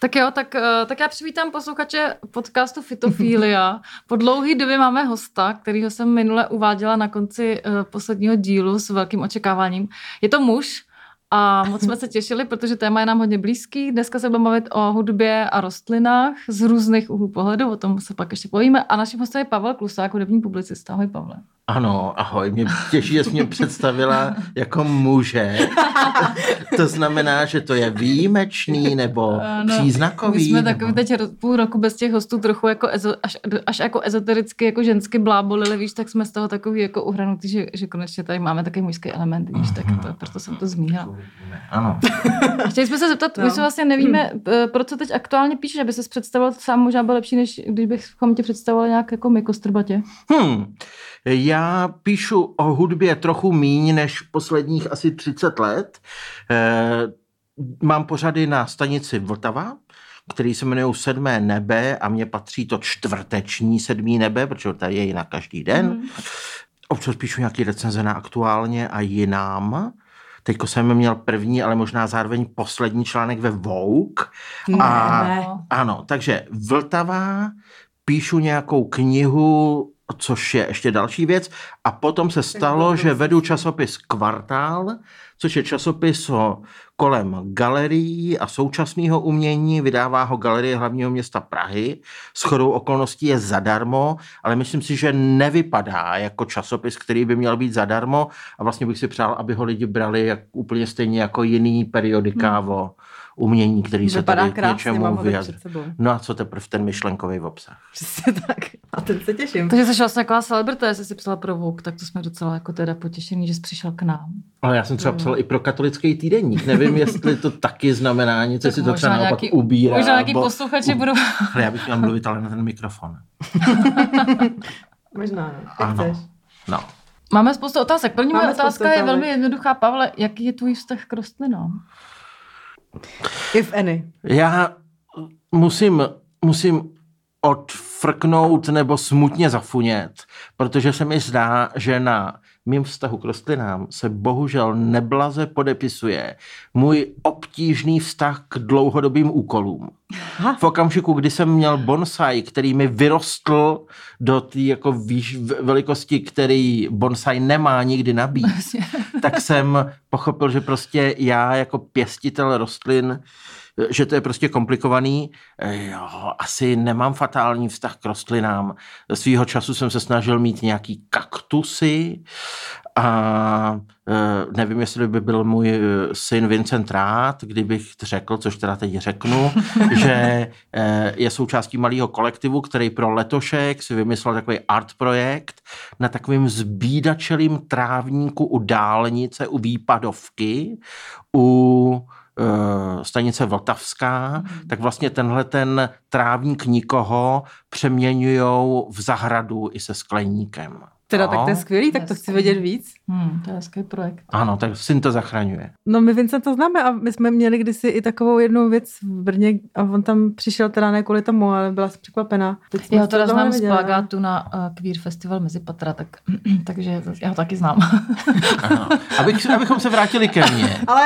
Tak jo, tak já přivítám posluchače podcastu Fitofilia. Po dlouhé době máme hosta, kterýho jsem minule uváděla na konci posledního dílu s velkým očekáváním. Je to muž a moc jsme se těšili, protože téma je nám hodně blízký. Dneska se budeme bavit o hudbě a rostlinách z různých úhlů pohledu, o tom se pak ještě povíme. A naším hostem je Pavel Klusák, hudební publicista. Ahoj, Pavle. Ano, ahoj, mě těší, že jsi mě představila jako muže. To znamená, že to je výjimečný nebo příznakový? My jsme takový teď půl roku bez těch hostů trochu jako až jako ezotericky, jako žensky blábolili, víš, tak jsme z toho takový jako uhranutý, že konečně tady máme takový mužský element, víš, tak proto jsem to zmínila. Ano. Chtěli jsme se zeptat, my se vlastně nevíme, pro co teď aktuálně píšeš, aby ses představil sám, možná byl lepší, než když bychom tě představovali nějak jako mykostrbatě. Já píšu o hudbě trochu míň než posledních asi 30 let. Mám pořady na stanici Vltava, který se jmenují Sedmé nebe a mně patří to čtvrteční Sedmý nebe, protože tady je na každý den. Občas píšu nějaký recenze na Aktuálně a Jinám. Teďko jsem měl první, ale možná zároveň poslední článek ve Vogue. Ano, takže Vltava, píšu nějakou knihu, což je ještě další věc. A potom se stalo, že vedu časopis Kvartál, což je časopis kolem galerií a současného umění. Vydává ho Galerie hlavního města Prahy. Shodou okolností je zadarmo, ale myslím si, že nevypadá jako časopis, který by měl být zadarmo. A vlastně bych si přál, aby ho lidi brali úplně stejně jako jiný periodika o umění, který se tady k něčemu vyjadřuje. No a co teprve ten myšlenkový obsah? Přesně tak. A ten se těším. Takže jsi vlastně taková celebrita, jestli jsi psala pro Vogue, tak to jsme docela jako teda potěšení, že jsi přišel k nám. Ale já jsem třeba psal i pro Katolický týdeník. Nevím, jestli to taky znamená něco, jestli to třeba naopak ubírá. Možná nějaký posluchači budou... Ale já bych měl mluvit ale na ten mikrofon. Možná, ano. Chceš. No. Máme spoustu otázek. První moje otázka je velmi jednoduchá. Pavle, jaký je tvůj vztah k rostlinám? If any. Já musím odfrknout nebo smutně zafunět, protože se mi zdá, že na mým vztahu k rostlinám se bohužel neblaze podepisuje můj obtížný vztah k dlouhodobým úkolům. V okamžiku, kdy jsem měl bonsai, který mi vyrostl do té jako velikosti, který bonsai nemá nikdy nabít, tak jsem pochopil, že prostě já jako pěstitel rostlin, že to je prostě komplikovaný. Jo, asi nemám fatální vztah k rostlinám. Svýho času jsem se snažil mít nějaký kaktusy a nevím, jestli by byl můj syn Vincent rád, kdybych řekl, což teda teď řeknu, že je součástí malého kolektivu, který pro letošek si vymyslel takový art projekt na takovým zbídačelým trávníku u dálnice, u Výpadovky, u stanice Vltavská, tak vlastně tenhle ten trávník nikoho přeměňujou v zahradu i se skleníkem. Teda tak to je skvělý, tak to chci vědět víc. To je skvělý projekt. Ano, tak syn to zachraňuje. No my Vincent to známe a my jsme měli kdysi i takovou jednu věc v Brně a on tam přišel teda ne kvůli tomu, ale byla jsem překvapená. Já ho teda znám z plagátu na Queer Festival Mezipatra, takže já ho taky znám. Ano. Abychom se vrátili ke mně. Ale...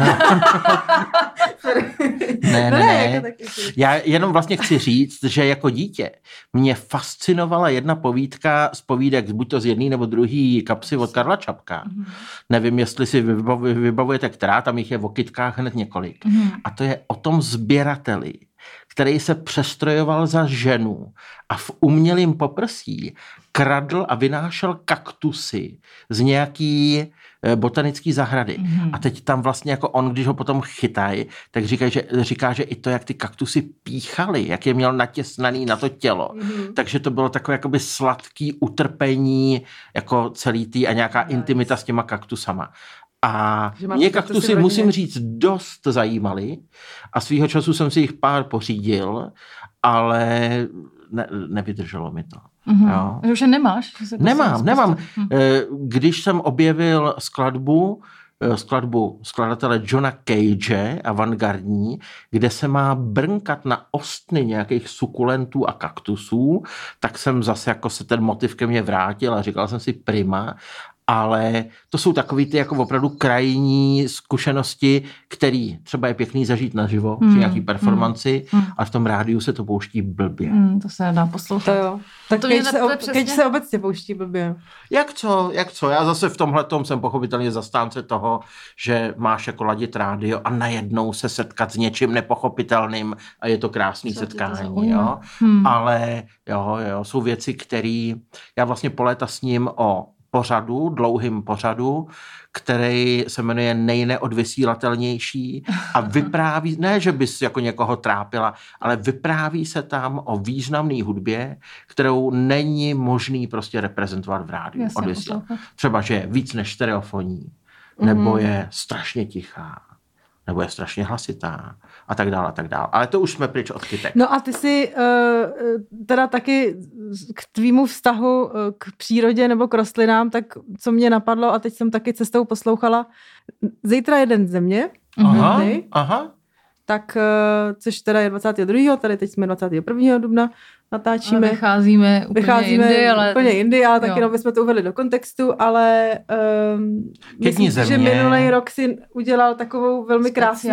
Ne. Já jenom vlastně chci říct, že jako dítě mě fascinovala jedna povídka z povídek buď to z jedné nebo druhé kapsy od Karla Čapka. Nevím, jestli si vybavujete, která, tam jich je v okytkách hned několik. A to je o tom sběrateli, který se přestrojoval za ženu a v umělým poprsí kradl a vynášel kaktusy z nějaký botanický zahrady. A teď tam vlastně jako on, když ho potom chytají, tak říká, že i to, jak ty kaktusy píchaly, jak je měl natěsnaný na to tělo. Takže to bylo takové jakoby sladký utrpení jako celý a nějaká intimita s těma kaktusama. A mě kaktusy, musím říct, dost zajímaly a svýho času jsem si jich pár pořídil, ale nevydrželo mi to. Jo. Že už je nemáš? Nemám. Když jsem objevil skladbu skladatele Johna Cage, avantgardní, kde se má brnkat na ostny nějakých sukulentů a kaktusů, tak jsem zase jako se ten motiv ke mně vrátil a říkal jsem si prima. ale to jsou takový ty jako opravdu krajní zkušenosti, který třeba je pěkný zažít naživo při nějaký performanci a v tom rádiu se to pouští blbě. To se dá poslouchat. To jo. Tak keď se obecně pouští blbě. Jak co? Já zase v tomhletom jsem pochopitelně zastánce toho, že máš jako ladit rádio a najednou se setkat s něčím nepochopitelným a je to krásný setkání. Jo? Ale jo, jsou věci, které já vlastně po léta sním o dlouhým pořadu, který se jmenuje Nejneodvysílatelnější a vypráví, ne, že bys jako někoho trápila, ale vypráví se tam o významné hudbě, kterou není možný prostě reprezentovat v rádiu. Třeba, že je víc než stereofonní, nebo je strašně tichá, nebo je strašně hlasitá a tak dále, a tak dále. Ale to už jsme pryč od kytek. No a ty si teda taky k tvýmu vztahu k přírodě nebo k rostlinám, tak co mě napadlo a teď jsem taky cestou poslouchala, zítra je Den země. Aha. Tak, což teda je 22. Tady teď jsme 21. dubna natáčíme. Ale vycházíme úplně jindy, ale taky bychom to uvedli do kontextu, ale myslím si, že minulý rok si udělal takovou velmi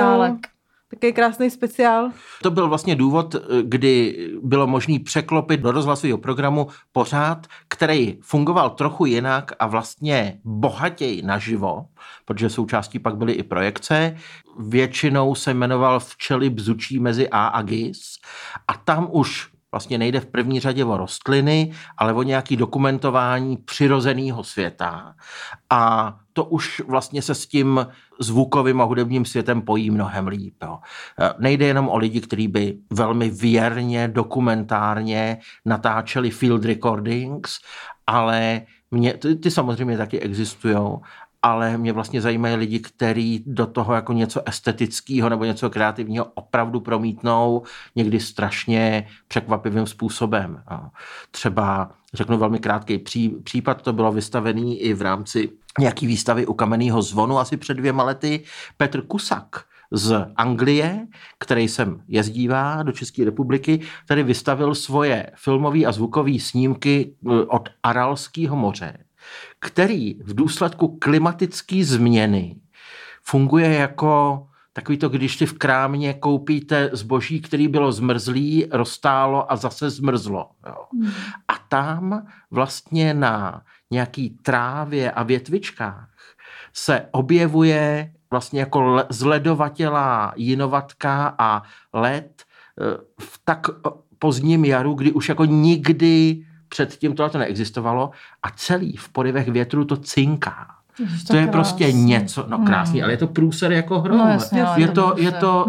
takový krásný speciál. To byl vlastně důvod, kdy bylo možné překlopit do rozhlasového programu pořad, který fungoval trochu jinak a vlastně bohatěji naživo, protože součástí pak byly i projekce. Většinou se jmenoval Včely bzučí mezi A a GIS a tam už vlastně nejde v první řadě o rostliny, ale o nějaké dokumentování přirozeného světa. A to už vlastně se s tím zvukovým a hudebním světem pojí mnohem líp. Jo. Nejde jenom o lidi, kteří by velmi věrně, dokumentárně natáčeli field recordings, ale ty samozřejmě taky existujou, ale mě vlastně zajímají lidi, kteří do toho jako něco estetického nebo něco kreativního opravdu promítnou někdy strašně překvapivým způsobem. Třeba řeknu velmi krátký případ, to bylo vystavený i v rámci nějaký výstavy u Kamenného zvonu asi před 2 lety. Petr Kusak z Anglie, který sem jezdívá do České republiky, tady vystavil svoje filmové a zvukové snímky od Aralského moře, který v důsledku klimatické změny funguje jako takový to, když si v krámě koupíte zboží, který bylo zmrzlý, roztálo a zase zmrzlo. Jo. A tam vlastně na nějaký trávě a větvičkách se objevuje vlastně jako zledovatělá jinovatka a led v tak pozdním jaru, kdy už jako nikdy předtím tohle to neexistovalo a celý v porivech větru to cinká. To je prostě něco, krásný, ale je to průser jako hrom. Je to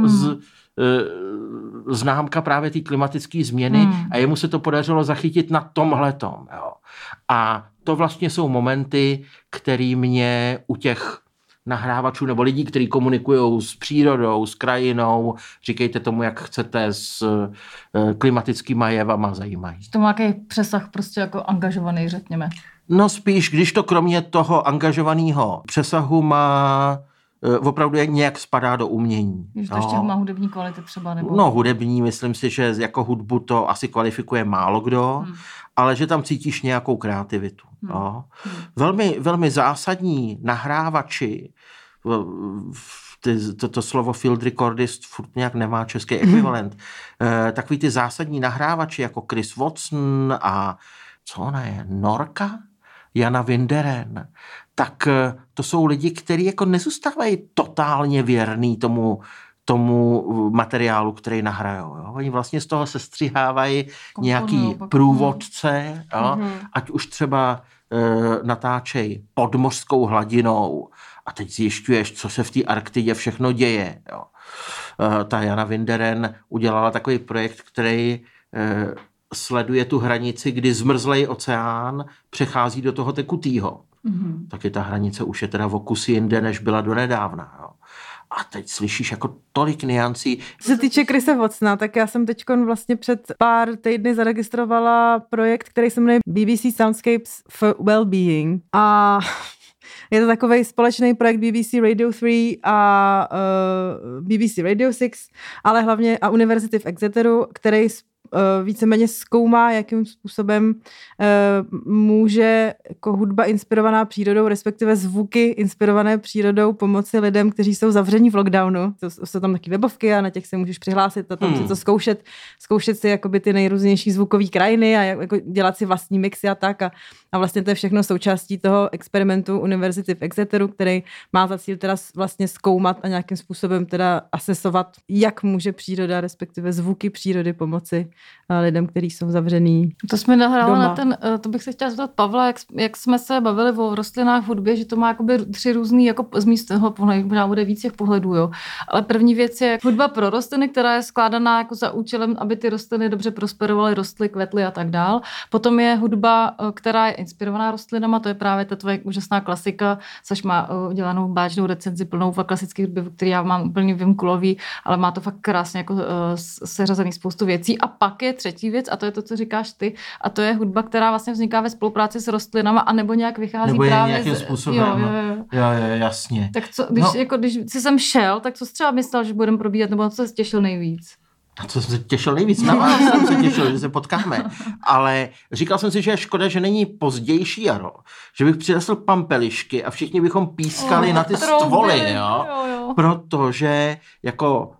známka právě té klimatické změny a jemu se to podařilo zachytit na tomhletom. Jo. A to vlastně jsou momenty, které mě u těch nahrávačů nebo lidí, kteří komunikují s přírodou, s krajinou, říkejte tomu, jak chcete, s klimatickýma jevama zajímají. To má nějaký přesah prostě jako angažovaný, řekněme. No spíš, když to kromě toho angažovaného přesahu má opravdu nějak spadá do umění. Když to ještě má hudební kvality třeba? Nebo... No hudební, myslím si, že jako hudbu to asi kvalifikuje málo kdo, ale že tam cítíš nějakou kreativitu. Velmi, velmi zásadní nahrávači, to slovo field recordist furt nějak nemá český ekvivalent, takový ty zásadní nahrávači jako Chris Watson a co ona je, Norka? Jana Winderen, tak to jsou lidi, kteří jako nezůstávají totálně věrný tomu materiálu, který nahrajou. Jo? Oni vlastně z toho sestřihávají nějaký průvodce, jo? Ať už třeba natáčejí pod mořskou hladinou a teď zjišťuješ, co se v té Arktidě všechno děje. Jo? Ta Jana Winderen udělala takový projekt, který sleduje tu hranici, kdy zmrzlej oceán přechází do toho tekutýho. Taky ta hranice už je teda o kus jinde, než byla donedávna. Jo. A teď slyšíš jako tolik niancí. Co se týče Chrise Watsona, tak já jsem teď vlastně před pár týdny zaregistrovala projekt, který se jmenuje BBC Soundscapes for Wellbeing. A je to takový společný projekt BBC Radio 3 a BBC Radio 6, ale hlavně a Univerzity v Exeteru, který víceméně zkoumá, jakým způsobem může jako hudba inspirovaná přírodou, respektive zvuky inspirované přírodou pomoci lidem, kteří jsou zavření v lockdownu. Jsou tam taky webovky a na těch se můžeš přihlásit a tam si to zkoušet si jakoby ty nejrůznější zvukové krajiny a jako dělat si vlastní mixy a tak. A vlastně to je všechno součástí toho experimentu Univerzity v Exeteru, který má za cíl teda vlastně zkoumat a nějakým způsobem teda asesovat, jak může příroda, respektive zvuky přírody pomoci lidem, kteří jsou zavřený. To jsme nahrála na to bych se chtěla zeptat Pavla, jak jsme se bavili o rostlinách v hudbě, že to má jakoby 3 různý, jako z místního pohledu, možná bude víc těch pohledů, jo. Ale první věc je hudba pro rostliny, která je skládaná jako za účelem, aby ty rostliny dobře prosperovaly, rostly, kvetly a tak dál. Potom je hudba, která je inspirovaná rostlinama, to je právě ta tvoje úžasná klasika, což má udělanou báčnou recenzi plnou klasických hudby, který já mám úplně vymkulový, ale má to fakt krásně jako seřazený spoustu věcí. A pak je třetí věc, a to je to, co říkáš ty, a to je hudba, která vlastně vzniká ve spolupráci s rostlinama, a nebo nějak vychází nebo právě nějakým způsobem. Jo, jasně. Tak co, když jsi sem šel, tak co jsi třeba myslel, že budeme probíhat, nebo co jsi těšil nejvíc? A co jsem se těšil nejvíc? Na vás jsem se těšil, že se potkáme. Ale říkal jsem si, že je škoda, že není pozdější jaro. Že bych přinesl pampelišky a všichni bychom pískali na ty stvoly, jo? Protože jako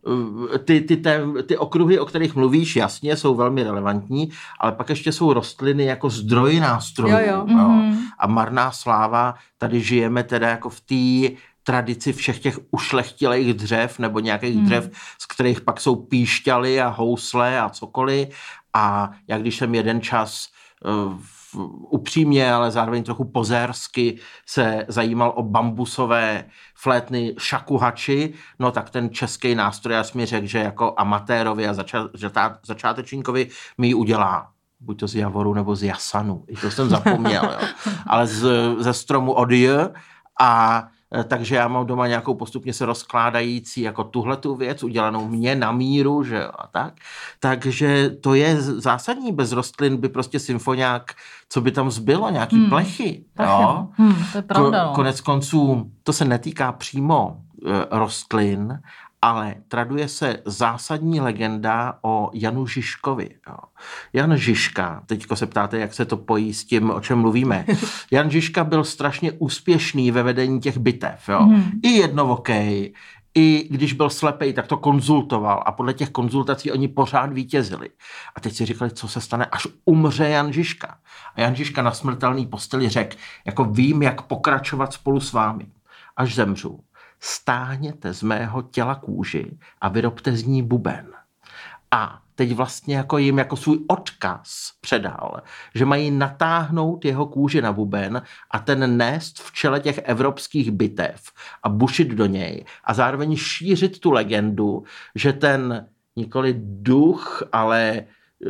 ty okruhy, o kterých mluvíš, jasně, jsou velmi relevantní, ale pak ještě jsou rostliny jako zdroj nástrojů. Jo. A marná sláva, tady žijeme teda jako v té tradici všech těch ušlechtilých dřev nebo nějakých dřev, z kterých pak jsou píšťaly a housle a cokoliv. A jak když jsem jeden čas upřímně, ale zároveň trochu pozérsky se zajímal o bambusové flétny shakuhachi, no tak ten český nástroj, já jsem mi řekl, že jako amatérovi a začátečníkovi mi ji udělá. Buď to z javoru nebo z jasanu. I to jsem zapomněl, jo. Ale ze stromu odie. A takže já mám doma nějakou postupně se rozkládající jako tuhletu věc, udělanou mě na míru, že jo, a tak. Takže to je zásadní, bez rostlin by prostě symfoniák, co by tam zbylo, nějaký plechy, jo. To je pravda, no. Konec konců, to se netýká přímo rostlin, ale traduje se zásadní legenda o Janu Žižkovi. Jo. Jan Žižka, teďko se ptáte, jak se to pojí s tím, o čem mluvíme. Jan Žižka byl strašně úspěšný ve vedení těch bitev. Jo. I jednovokej, i když byl slepej, tak to konzultoval a podle těch konzultací oni pořád vítězili. A teď si říkali, co se stane, až umře Jan Žižka. A Jan Žižka na smrtelný posteli řekl, jako vím, jak pokračovat spolu s vámi, až zemřu. Stáhněte z mého těla kůži a vyrobte z ní buben. A teď vlastně jako jim jako svůj odkaz předal, že mají natáhnout jeho kůži na buben a ten nést v čele těch evropských bitev a bušit do něj a zároveň šířit tu legendu, že ten nikoli duch, ale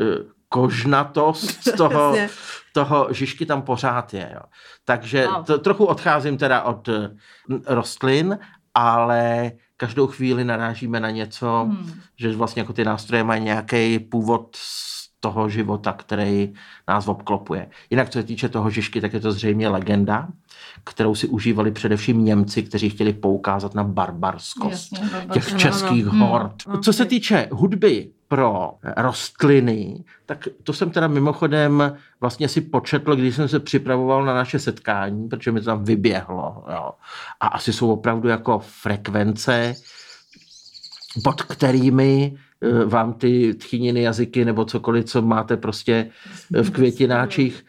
kožnatost toho Žižky tam pořád je. Jo. Takže trochu odcházím teda od rostlin, ale každou chvíli narážíme na něco, že vlastně jako ty nástroje mají nějaký původ z toho života, který nás obklopuje. Jinak, co se týče toho Žižky, tak je to zřejmě legenda, kterou si užívali především Němci, kteří chtěli poukázat na barbarskost těch českých hord. Co se týče hudby pro rostliny, tak to jsem teda mimochodem vlastně si početl, když jsem se připravoval na naše setkání, protože mi to tam vyběhlo. Jo. A asi jsou opravdu jako frekvence, pod kterými vám ty tchýniny jazyky nebo cokoliv, co máte prostě v květináčích,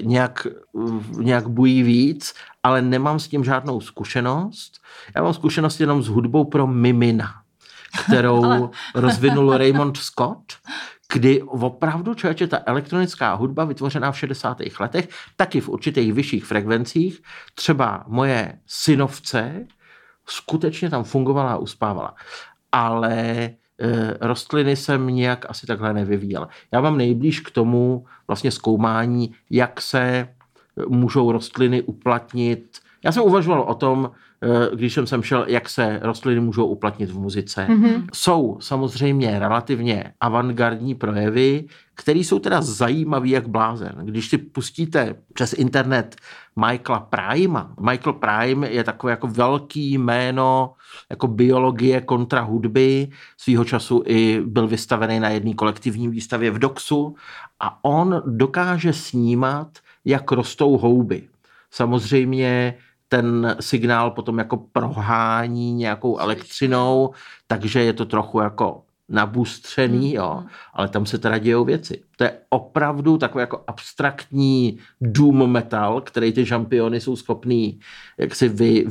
nějak bují víc, ale nemám s tím žádnou zkušenost. Já mám zkušenost jenom s hudbou pro mimina, kterou rozvinul Raymond Scott, kdy opravdu, člověče, ta elektronická hudba vytvořená v 60. letech, taky v určitých vyšších frekvencích, třeba moje synovce skutečně tam fungovala a uspávala. Ale rostliny jsem nějak asi takhle nevyvíjel. Já mám nejblíž k tomu vlastně zkoumání, jak se můžou rostliny uplatnit Já jsem uvažoval o tom, když jsem sem šel, jak se rostliny můžou uplatnit v muzice. Jsou samozřejmě relativně avantgardní projevy, které jsou teda zajímavý jak blázen. Když si pustíte přes internet Michaela Primea. Michael Prime je takové jako velký jméno jako biologie kontra hudby. Svýho času i byl vystavený na jedné kolektivní výstavě v Doxu a on dokáže snímat, jak rostou houby. Samozřejmě ten signál potom jako prohání nějakou elektřinou, takže je to trochu jako nabustřený, jo, ale tam se teda dějou věci. To je opravdu takový jako abstraktní doom metal, který ty žampiony jsou schopný jaksi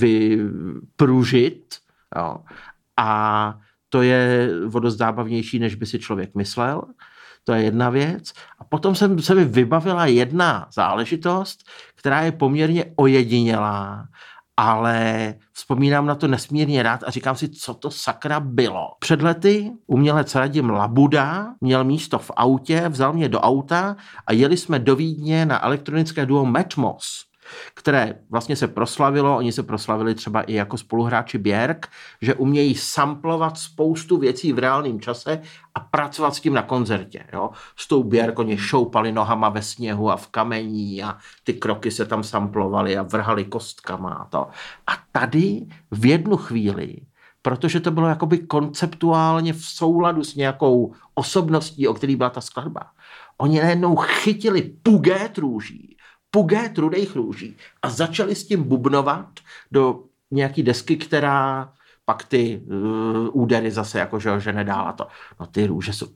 vypružit, jo. A to je o dost zábavnější, než by si člověk myslel. To je jedna věc. A potom se mi vybavila jedna záležitost, která je poměrně ojedinělá, ale vzpomínám na to nesmírně rád a říkám si, co to sakra bylo. Před lety umělec Radim Labuda měl místo v autě, vzal mě do auta a jeli jsme do Vídně na elektronické duo Matmos, které vlastně se proslavilo, oni se proslavili třeba i jako spoluhráči Björk, že umějí samplovat spoustu věcí v reálném čase a pracovat s tím na koncertě. Jo? S tou Björk oni šoupali nohama ve sněhu a v kamení a ty kroky se tam samplovaly a vrhali kostkama a to. A tady v jednu chvíli, protože to bylo jakoby konceptuálně v souladu s nějakou osobností, o který byla ta skladba, oni najednou chytili pugét rudejch růží a začali s tím bubnovat do nějaký desky, která pak ty údery zase jakože že nedála to. No ty růže jsou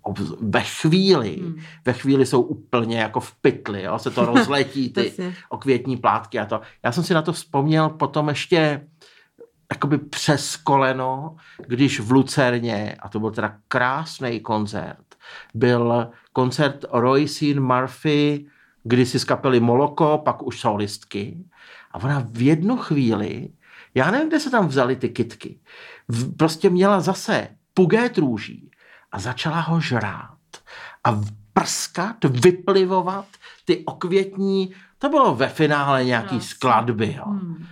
ve chvíli jsou úplně jako v pytli, jo? Se to rozletí, ty okvětní plátky a to. Já jsem si na to vzpomněl potom ještě jakoby přes koleno, když v Lucerně, a to byl teda krásný koncert, byl koncert Roisin Murphy, kdysi z kapely Moloko, pak už solistky. A ona v jednu chvíli, já nevím, kde se tam vzaly ty kytky, prostě měla zase pugét růží a začala ho žrát a prskat, vyplivovat ty okvětní, to bylo ve finále nějaký skladby. Jo.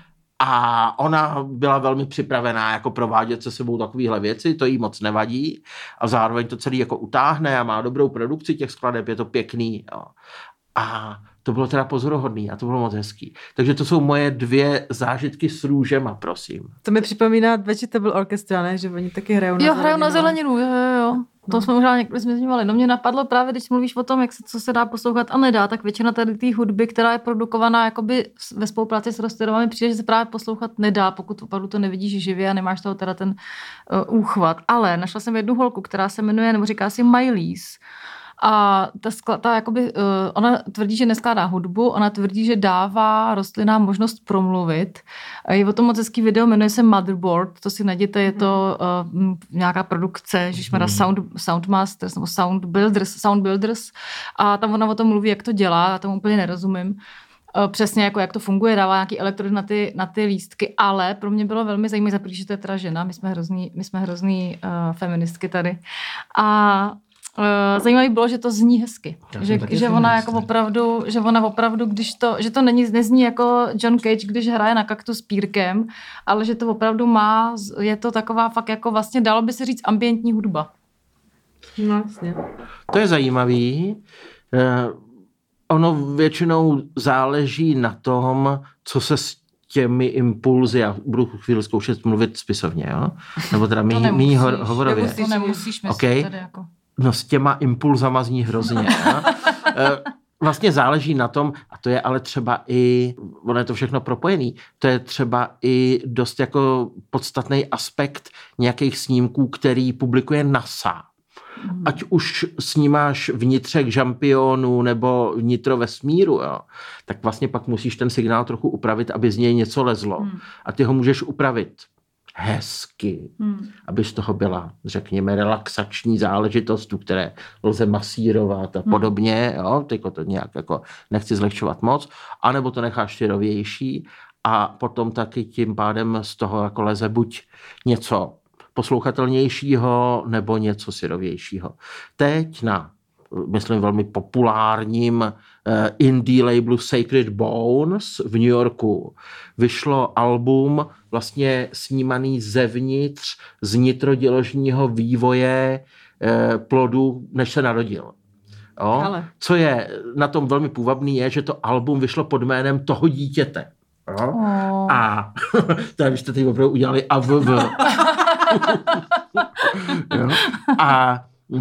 A ona byla velmi připravená jako provádět se sebou takovéhle věci, to jí moc nevadí a zároveň to celý jako utáhne a má dobrou produkci těch skladeb, je to pěkný. Jo. A to bylo teda pozoruhodný a to bylo moc hezký. Takže to jsou moje 2 zážitky s růžema, prosím. To mi připomíná Vegetable Orchestra, ne? Že oni taky hrajou na zeleninu. Hrajou na zeleninu, jo. To jsme možná někdy zmiňovali. No mě napadlo právě, když mluvíš o tom, co se dá poslouchat a nedá, tak většina tady té hudby, která je produkovaná jakoby ve spolupráci s rostlinami, přijde, že se právě poslouchat nedá, pokud opravdu to nevidíš živě a nemáš toho teda ten úchvat. Ale našla jsem jednu holku, která se jmenuje, nebo říká si Miley's. A ta jakoby, ona tvrdí, že neskládá hudbu, ona tvrdí, že dává rostlinám možnost promluvit. Je o tom moc hezký video, jmenuje se Motherboard, to si najděte, je to nějaká produkce, Soundmasters nebo Sound Builders a tam ona o tom mluví, jak to dělá, já tomu úplně nerozumím. Přesně jako jak to funguje, dává nějaký elektrody na ty lístky, ale pro mě bylo velmi zajímavé, protože to je teda žena, my jsme hrozný feministky tady. A zajímavé bylo, že to zní hezky. Že ona jako opravdu, když to, že to nezní jako John Cage, když hraje na kaktu s pírkem, ale že to opravdu je to taková fakt jako vlastně dalo by se říct ambientní hudba. No, jasně. To je zajímavý. Ono většinou záleží na tom, co se s těmi impulzy, já budu chvíli zkoušet mluvit spisovně, jo? Nebo teda méně hovorově. To nemusíš myslet tady jako. No s těma impulzama zní hrozně. Vlastně záleží na tom, a to je ale třeba i, ono je to všechno propojený, to je třeba i dost jako podstatný aspekt nějakých snímků, který publikuje NASA. Ať už snímáš vnitřek žampionu nebo vnitro vesmíru, jo, tak vlastně pak musíš ten signál trochu upravit, aby z něj něco lezlo. A ty ho můžeš upravit hezky, aby z toho byla, řekněme, relaxační záležitost, tu které lze masírovat a podobně, jo, tyko to nějak jako nechci zlehčovat moc, anebo to necháš syrovější a potom taky tím pádem z toho jako leze buď něco poslouchatelnějšího nebo něco syrovějšího. Teď na myslím, velmi populárním indie labelu Sacred Bones v New Yorku vyšlo album vlastně snímaný zevnitř z nitroděložního vývoje plodu, než se narodil. Jo? Co je na tom velmi půvabný, je, že to album vyšlo pod jménem toho dítěte. Jo? A tady byste teď opravdu udělali AVV. Jo? A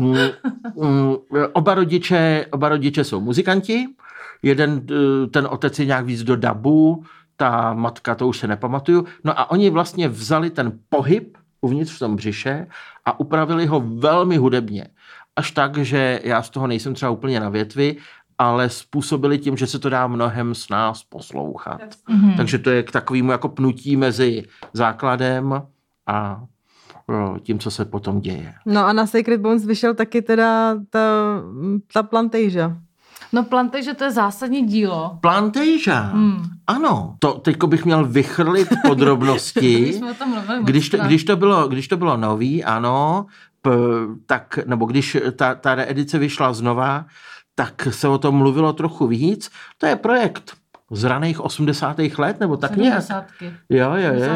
oba rodiče jsou muzikanti. Ten otec je nějak víc do dabu, ta matka, to už se nepamatuju. No a oni vlastně vzali ten pohyb uvnitř v tom břiše a upravili ho velmi hudebně. Až tak, že já z toho nejsem třeba úplně na větvi, ale způsobili tím, že se to dá mnohem s nás poslouchat. Takže to je k takovému jako pnutí mezi základem a tím, co se potom děje. No a na Sacred Bones vyšel taky teda ta Plantasia. No Plantasia, to je zásadní dílo. Plantasia, ano. To teďko bych měl vychrlit podrobnosti. Když to bylo nový, ano, nebo když ta reedice vyšla znova, tak se o tom mluvilo trochu víc. To je projekt z raných 80. let, nebo tak nějak. Jo.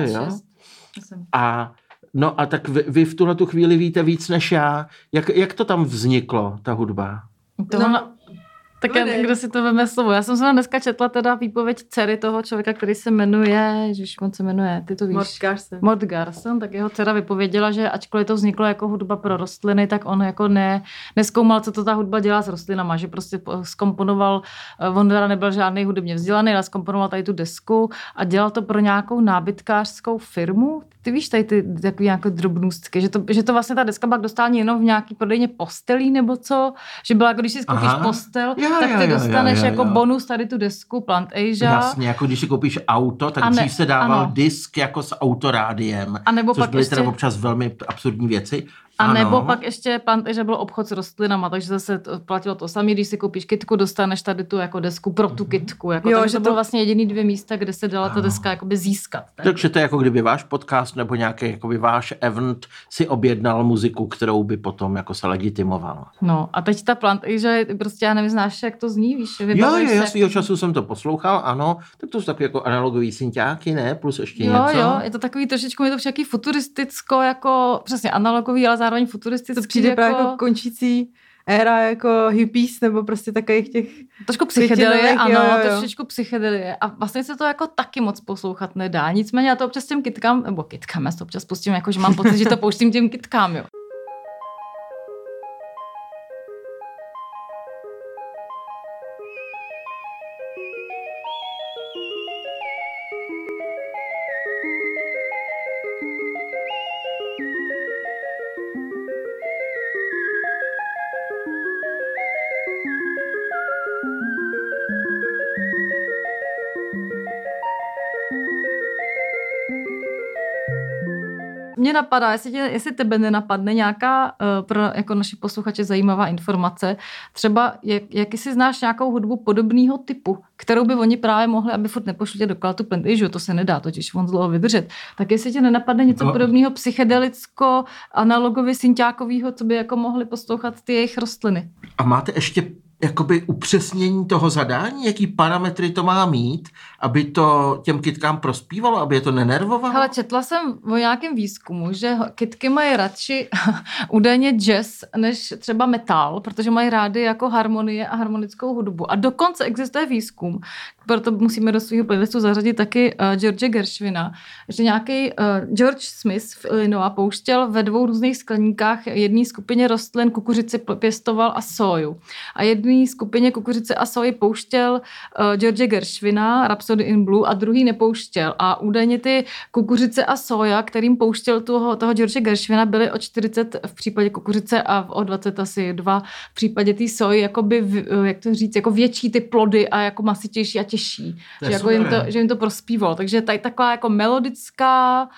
A tak vy v tuhletu chvíli víte víc než já. Jak to tam vzniklo, ta hudba? Tak kdo si to veme slovo. Já jsem se dneska četla teda výpověď dcery toho člověka, který se jmenuje, on se jmenuje, ty to víš. Mort Garson, tak jeho dcera vypověděla, že ačkoliv to vzniklo jako hudba pro rostliny, tak on jako neskoumal, co to ta hudba dělá s rostlinama, že prostě zkomponoval, on teda nebyl žádný hudebně vzdělaný, ale zkomponoval tady tu desku a dělal to pro nějakou nábytkářskou firmu. Ty víš tady ty takový nějaké drobnůstky, že to vlastně ta deska pak dostala jenom v nějaký prodejně postelí nebo co, že byla jako když si koupíš postel, tak ty dostaneš jako bonus tady tu desku Plantasia. Jasně, jako když si koupíš auto, tak dřív se dával disk jako s autorádiem, což byly teda občas velmi absurdní věci. A nebo pak ještě Plantasia byl obchod s rostlinama, takže zase platilo to samé, když si koupíš kytku, dostaneš tady tu jako desku pro tu kytku. Jako, takže to bylo vlastně jediný 2 místa, kde se dala ta deska jakoby získat. Takže to je jako kdyby váš podcast nebo nějaký jakoby váš event si objednal muziku, kterou by potom jako se legitimoval. No a teď ta Plantasia, prostě já nevím, znáš, jak to zní, víš? Jo, svýho času jsem to poslouchal, ano, tak to jsou takový jako analogový synťáky, ne? Plus ještě něco. Jo, je to takový trošičku, je to všaký futuristicko, jako přesně analogový, ale zároveň futuristický. To přijde právě jako končící éra jako hippies nebo prostě takových těch... Trošku psychedelie, ano, trošičku psychedelie. A vlastně se to jako taky moc poslouchat nedá. Nicméně já to občas těm kytkám, já to občas pustím, jako že mám pocit, že to pouštím těm kytkám, jo. Mě napadá, jestli tebe nenapadne nějaká pro jako naši posluchače zajímavá informace, třeba jaký si znáš nějakou hudbu podobného typu, kterou by oni právě mohli, aby furt nepošli do kaltu Plantasia, to se nedá totiž on dlouho vydržet. Tak jestli tě nenapadne něco podobného psychedelicko, analogově synťákovýho, co by jako mohli poslouchat ty jejich rostliny. A máte ještě jakoby upřesnění toho zadání, jaký parametry to má mít, aby to těm kytkám prospívalo, aby je to nenervovalo? Hele, četla jsem o nějakém výzkumu, že kytky mají radši údajně jazz než třeba metal, protože mají rády jako harmonie a harmonickou hudbu. A dokonce existuje výzkum, proto musíme do svého playlistu zařadit taky George Gershwina, že nějaký George Smith v Illinois pouštěl ve 2 různých skleníkách jedné skupině rostlin kukuřici pěstoval a soju. A jedné skupině kukuřice a soji pouštěl George Gershwina, Rhapsody in Blue, a druhý nepouštěl. A údajně ty kukuřice a soja, kterým pouštěl toho George Gershwina, byly o 40 v případě kukuřice a o 20 asi 2 v případě té soji, jakoby, jak to říct, jako větší ty plody a jako masitější a těžší. Že, jako jim to prospívalo. Takže tady taková jako melodická,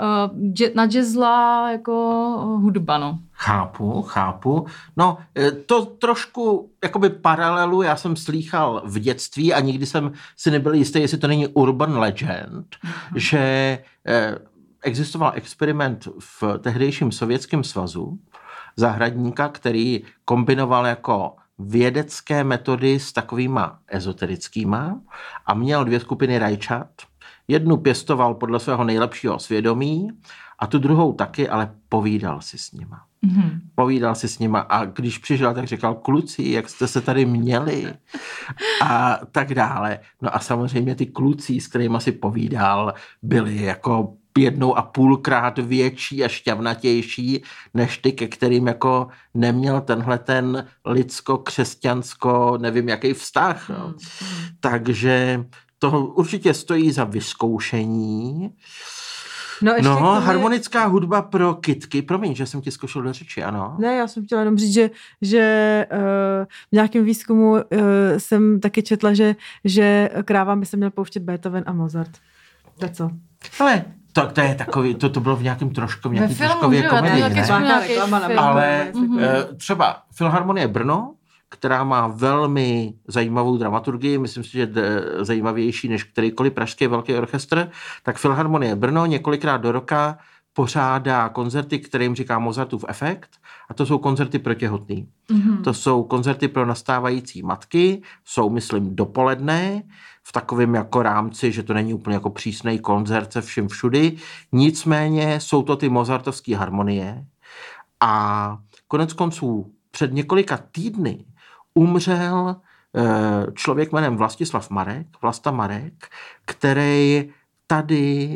nadžezlá jako hudba, no. Chápu. No, to trošku jakoby paralelu já jsem slýchal v dětství a nikdy jsem si nebyl jistý, jestli to není urban legend, že existoval experiment v tehdejším Sovětském svazu zahradníka, který kombinoval jako vědecké metody s takovýma ezoterickýma a měl 2 skupiny rajčat. Jednu pěstoval podle svého nejlepšího svědomí a tu druhou taky, ale povídal si s nima. Povídal si s nima a když přišel, tak říkal, kluci, jak jste se tady měli a tak dále. No a samozřejmě ty kluci, s kterými si povídal, byli jako 1,5krát větší a šťavnatější než ty, ke kterým jako neměl tenhle ten lidsko-křesťansko, nevím jaký vztah. No. Takže to určitě stojí za vyzkoušení. No, harmonická hudba pro kytky. Promiň, že jsem ti zkoušel do řeči, ano. Ne, já jsem chtěla jenom říct, že v nějakém výzkumu jsem taky četla, že krávám by se měl pouštět Beethoven a Mozart. To co? Ale to je takový, to bylo v nějakém troškově komedii, ne? Ale třeba Filharmonie Brno, která má velmi zajímavou dramaturgii, myslím si, že zajímavější než kterýkoliv pražský velký orchestr, tak Filharmonie Brno několikrát do roka pořádá koncerty, kterým říká Mozartův efekt, a to jsou koncerty pro těhotný. To jsou koncerty pro nastávající matky, jsou, myslím, dopoledne, v takovém jako rámci, že to není úplně jako přísnej koncert se vším všudy, nicméně jsou to ty mozartovské harmonie a konec konců před několika týdny umřel člověk jménem Vlasta Marek, který tady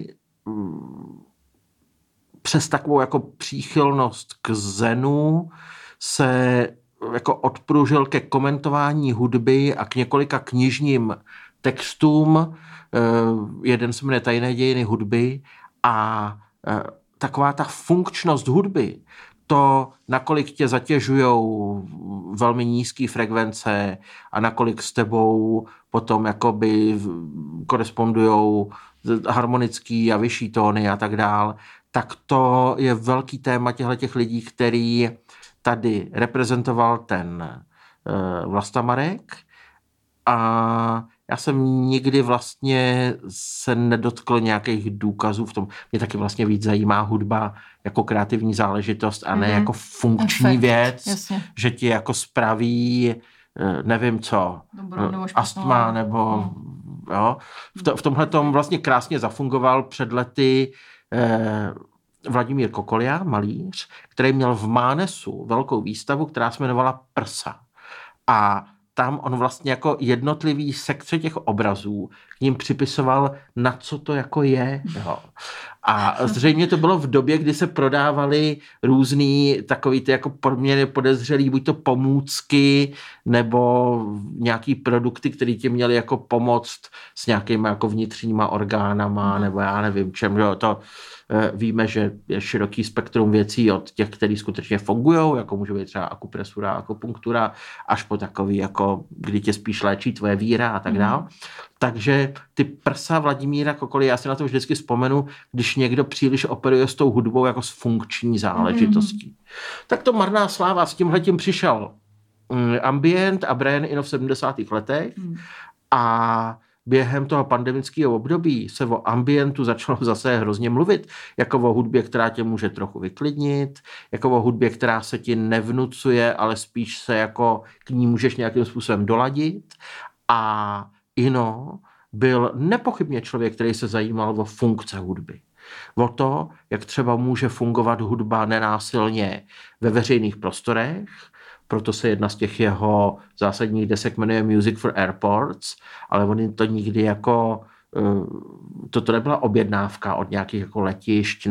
přes takovou jako příchylnost k zenu se jako odpružil ke komentování hudby a k několika knižním textům. Jeden se jmenuje Tajné dějiny hudby a taková ta funkčnost hudby, to, nakolik tě zatěžujou velmi nízké frekvence a nakolik s tebou potom jakoby korespondujou harmonický a vyšší tóny a tak dál, tak to je velký téma těchto lidí, který tady reprezentoval ten Vlasta Marek a já jsem nikdy vlastně se nedotkl nějakých důkazů v tom. Mě taky vlastně víc zajímá hudba jako kreativní záležitost a ne jako funkční věc, jasně. Že ti jako spraví nevím co, astma nebo jo. V tomhletom vlastně krásně zafungoval před lety Vladimír Kokolia, malíř, který měl v Mánesu velkou výstavu, která se jmenovala Prsa. A tam on vlastně jako jednotlivý sekce těch obrazů k ním připisoval, na co to jako je. Jo. A zřejmě to bylo v době, kdy se prodávaly různý takový ty jako poměrně podezřelý, buď to pomůcky, nebo nějaký produkty, které ti měly jako pomoct s nějakýma jako vnitřníma orgánama, nebo já nevím čem. Jo. To víme, že je široký spektrum věcí od těch, které skutečně fungují, jako může být třeba akupresura, akupunktura, až po takový, jako kdy tě spíš léčí tvoje víra a tak dále. Takže ty prsa Vladimíra Kokoly, já si na to vždycky vzpomenu, když někdo příliš operuje s tou hudbou jako s funkční záležitostí. Tak to marná sláva, s tímhletím přišel Ambient a Brian Eno v 70. letech a během toho pandemického období se o ambientu začalo zase hrozně mluvit, jako o hudbě, která tě může trochu vyklidnit, jako o hudbě, která se ti nevnucuje, ale spíš se jako k ní můžeš nějakým způsobem doladit. A Eno byl nepochybně člověk, který se zajímal o funkce hudby. O to, jak třeba může fungovat hudba nenásilně ve veřejných prostorech, proto se jedna z těch jeho zásadních desek jmenuje Music for Airports, ale on to nikdy jako, toto nebyla objednávka od nějakých jako letišť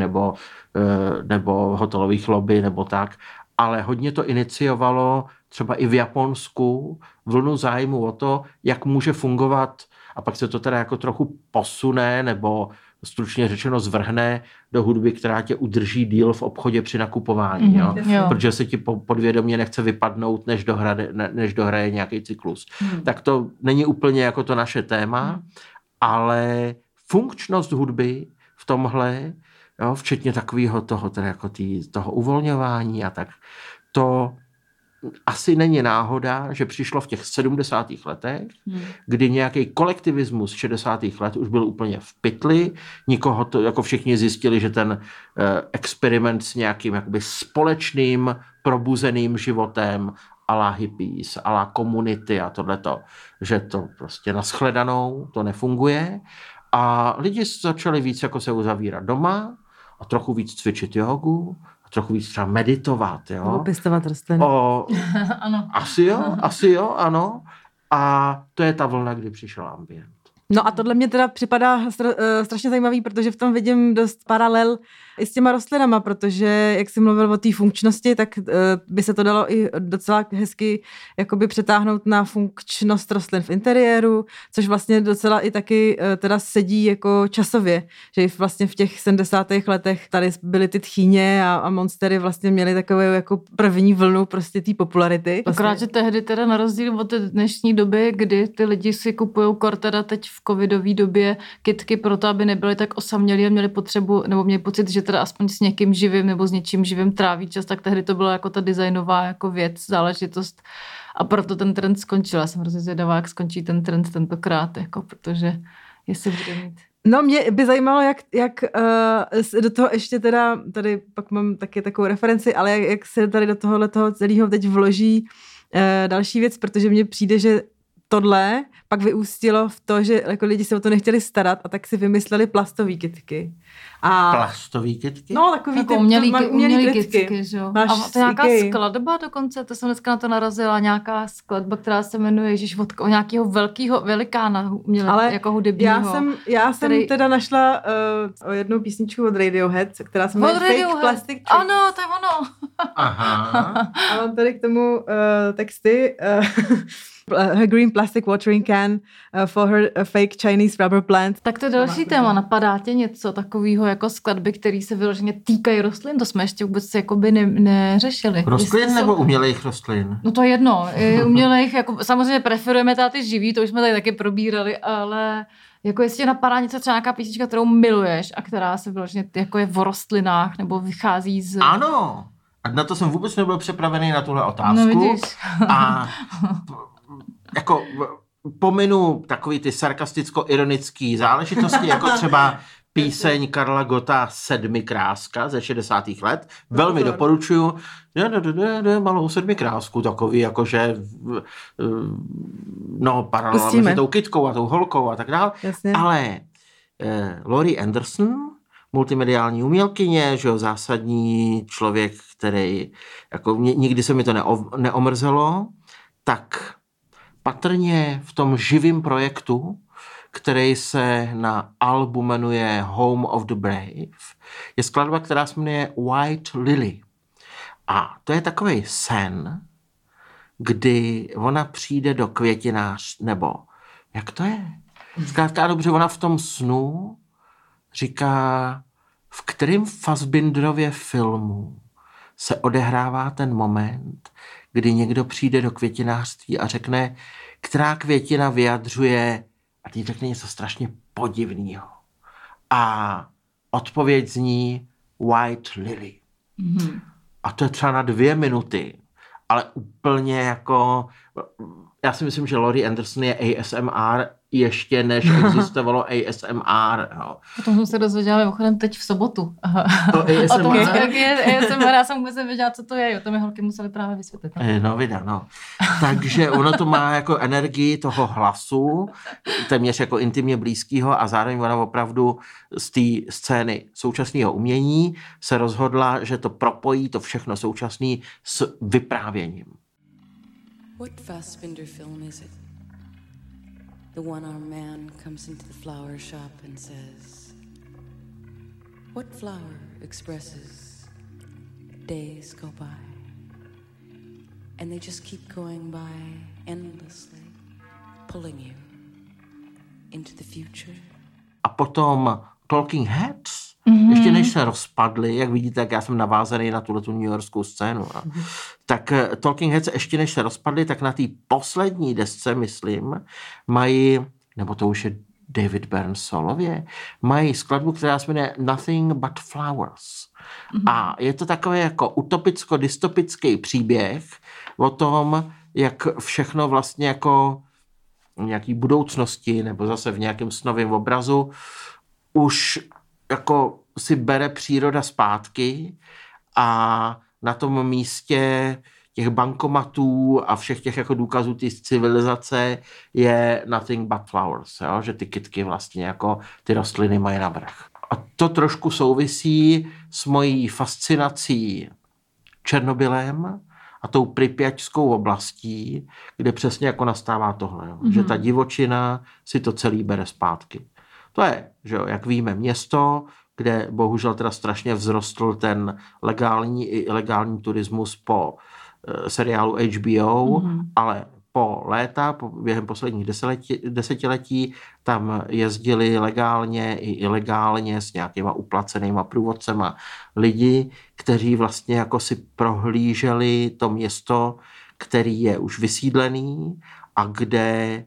nebo hotelových lobby nebo tak, ale hodně to iniciovalo třeba i v Japonsku vlnu zájmu o to, jak může fungovat, a pak se to teda jako trochu posune nebo stručně řečeno zvrhne do hudby, která tě udrží díl v obchodě při nakupování. Jo? Protože se ti podvědomě nechce vypadnout, než dohraje nějaký cyklus. Tak to není úplně jako to naše téma, ale funkčnost hudby v tomhle, jo, včetně takového toho, teda jako toho uvolňování a tak, to asi není náhoda, že přišlo v těch 70. letech, kdy nějaký kolektivismus 60. let už byl úplně v pytli, nikoho to, jako všichni zjistili, že ten experiment s nějakým jakoby společným probuzeným životem a la hippies, a la komunity a tohleto, že to prostě nashledanou, to nefunguje a lidi začali víc jako se uzavírat doma a trochu víc cvičit jogu, a trochu víc třeba meditovat, jo. Nebo pěstovat rostliny. Ano. Asi jo, ano. A to je ta vlna, kdy přišel ambient. No a tohle mě teda připadá strašně zajímavý, protože v tom vidím dost paralel i s těma rostlinama, protože jak jsi mluvil o té funkčnosti, tak by se to dalo i docela hezky jakoby přetáhnout na funkčnost rostlin v interiéru, což vlastně docela i taky teda sedí jako časově, že vlastně v těch 70. letech tady byly ty tchýně a monstery vlastně měly takovou jako první vlnu prostě té popularity. Akorát, že tehdy teda na rozdíl od dnešní doby, kdy ty lidi si kupují teda teď v covidové době kytky proto, aby nebyli tak osamělí a měli potřebu, nebo měli pocit, že teda aspoň s někým živým nebo s něčím živým tráví čas, tak tehdy to byla jako ta designová jako věc, záležitost a proto ten trend skončil. Já jsem hrozně zvědavá, jak skončí ten trend tentokrát, jako, protože jestli bude mít. No mě by zajímalo, jak do toho ještě teda, tady pak mám taky takovou referenci, ale jak se tady do tohohletoho celého teď vloží další věc, protože mně přijde, že tohle pak vyústilo v to, že jako lidi se o to nechtěli starat a tak si vymysleli plastové kytky. Plastový kytky? No, takový jako ty umělý kytky, že jo. Máš a to nějaká svíky. skladba dokonce, to jsem dneska na to narazila, nějaká skladba, která se jmenuje Ježíš od nějakého velkého velikána jako hudebního. Já jsem teda našla jednu písničku od Radiohead, která se jmenuje Fake Plastic Trees. Ano, to je ono. Aha. A mám tady k tomu texty. Her green plastic watering can for her fake Chinese rubber plant. Tak to je další téma. Napadá tě něco takového jako skladby, které se vyloženě týkají rostlin? To jsme ještě vůbec jakoby neřešili. Rostlin nebo umělejch rostlin? No to je jedno. Umělejch, jako, samozřejmě preferujeme tady ty živý, to už jsme tady taky probírali, ale jako jestli napadá něco, třeba nějaká písnička, kterou miluješ a která se vyloženě jako je v rostlinách nebo vychází z... Ano. A na to jsem vůbec nebyl připravený na tuhle otázku. No vidíš. A jako pominu takový ty sarkasticko-ironický záležitosti, jako třeba píseň Karla Gotta Sedmikráska ze 60. let. Velmi doporučuju. Malou sedmikrásku, takový jakože paralelně mezi tou kytkou a tou holkou a tak dále. Jasně. Ale Laurie Anderson, multimediální umělkyně, že jo, zásadní člověk, který jako nikdy se mi to neomrzelo, tak patrně v tom živým projektu, který se na albu jmenuje Home of the Brave, je skladba, která se jmenuje White Lily. A to je takovej sen, kdy ona přijde do květinář, nebo jak to je? Zkrátka dobře, ona v tom snu říká, v kterém Fassbinderově filmu se odehrává ten moment, kdy někdo přijde do květinářství a řekne, která květina vyjadřuje, a teď řekne něco strašně podivného. A odpověď zní White Lily. Mm-hmm. A to je třeba na 2 minuty, ale úplně jako... Já si myslím, že Laurie Anderson je ASMR ještě než existovalo ASMR. Jo. Potom jsem se dozvěděla mimochodem teď v sobotu. To ASMR? O tom, jak je ASMR, já jsem vůbec nevěděla, co to je. To mi holky museli právě vysvětlit. No. Takže ono to má jako energii toho hlasu, téměř jako intimně blízkýho a zároveň ona opravdu z té scény současného umění se rozhodla, že to propojí to všechno současné s vyprávěním. What Fassbinder film is it? The one our man comes into the flower shop and says, what flower expresses days go by? And they just keep going by endlessly, pulling you into the future. A potom Talking Heads, ještě než se rozpadly, jak vidíte, jak já jsem navázaný na tuhletu newyorskou scénu. Tak Talking Heads ještě než se rozpadly, tak na té poslední desce, myslím, mají, nebo to už je David Byrne solově, mají skladbu, která se jmenuje Nothing But Flowers. A je to takový jako utopicko-dystopický příběh o tom, jak všechno vlastně jako v nějaký budoucnosti nebo zase v nějakém snovém obrazu už jako si bere příroda zpátky a na tom místě těch bankomatů a všech těch jako důkazů té civilizace je nothing but flowers, jo? Že ty kytky vlastně jako ty rostliny mají navrch. A to trošku souvisí s mojí fascinací Černobylem a tou Pripyatskou oblastí, kde přesně jako nastává tohle, jo? Že ta divočina si to celý bere zpátky. To je, že jo, jak víme, město, kde bohužel teda strašně vzrostl ten legální i ilegální turismus po seriálu HBO, ale po léta, během posledních desetiletí, tam jezdili legálně i ilegálně s nějakýma uplacenýma průvodcema lidi, kteří vlastně jako si prohlíželi to město, který je už vysídlený a kde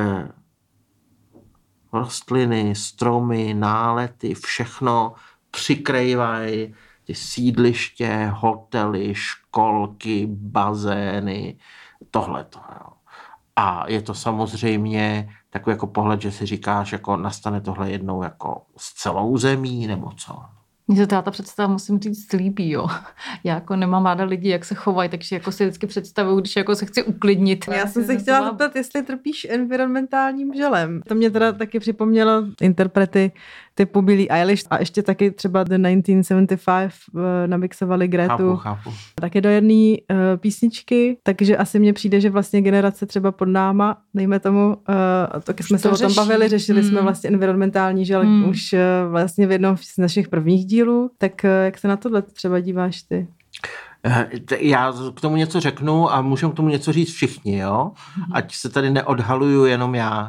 rostliny, stromy, nálety, všechno přikrývají ty sídliště, hotely, školky, bazény, tohleto. Jo. A je to samozřejmě takový jako pohled, že si říkáš, jako nastane tohle jednou jako s celou zemí, nebo co? Mně se ta představa, musím říct, líbí, jo. Já jako nemám ráda lidi, jak se chovají, takže jako si vždycky představuju, když jako se chci uklidnit. Já jsem se chtěla zeptat, jestli trpíš environmentálním žalem. To mě teda taky připomnělo interprety typu Billie Eilish a ještě taky třeba The 1975 namixovali Gretu. Chápu. Taky do jedné písničky, takže asi mně přijde, že vlastně generace třeba pod náma, dejme tomu, taky jsme se o tom bavili, řešili jsme vlastně environmentální žal už vlastně v jednom z našich prvních dílů, tak jak se na tohle třeba díváš ty? Já k tomu něco řeknu a můžeme k tomu něco říct všichni, jo? Ať se tady neodhaluju jenom já.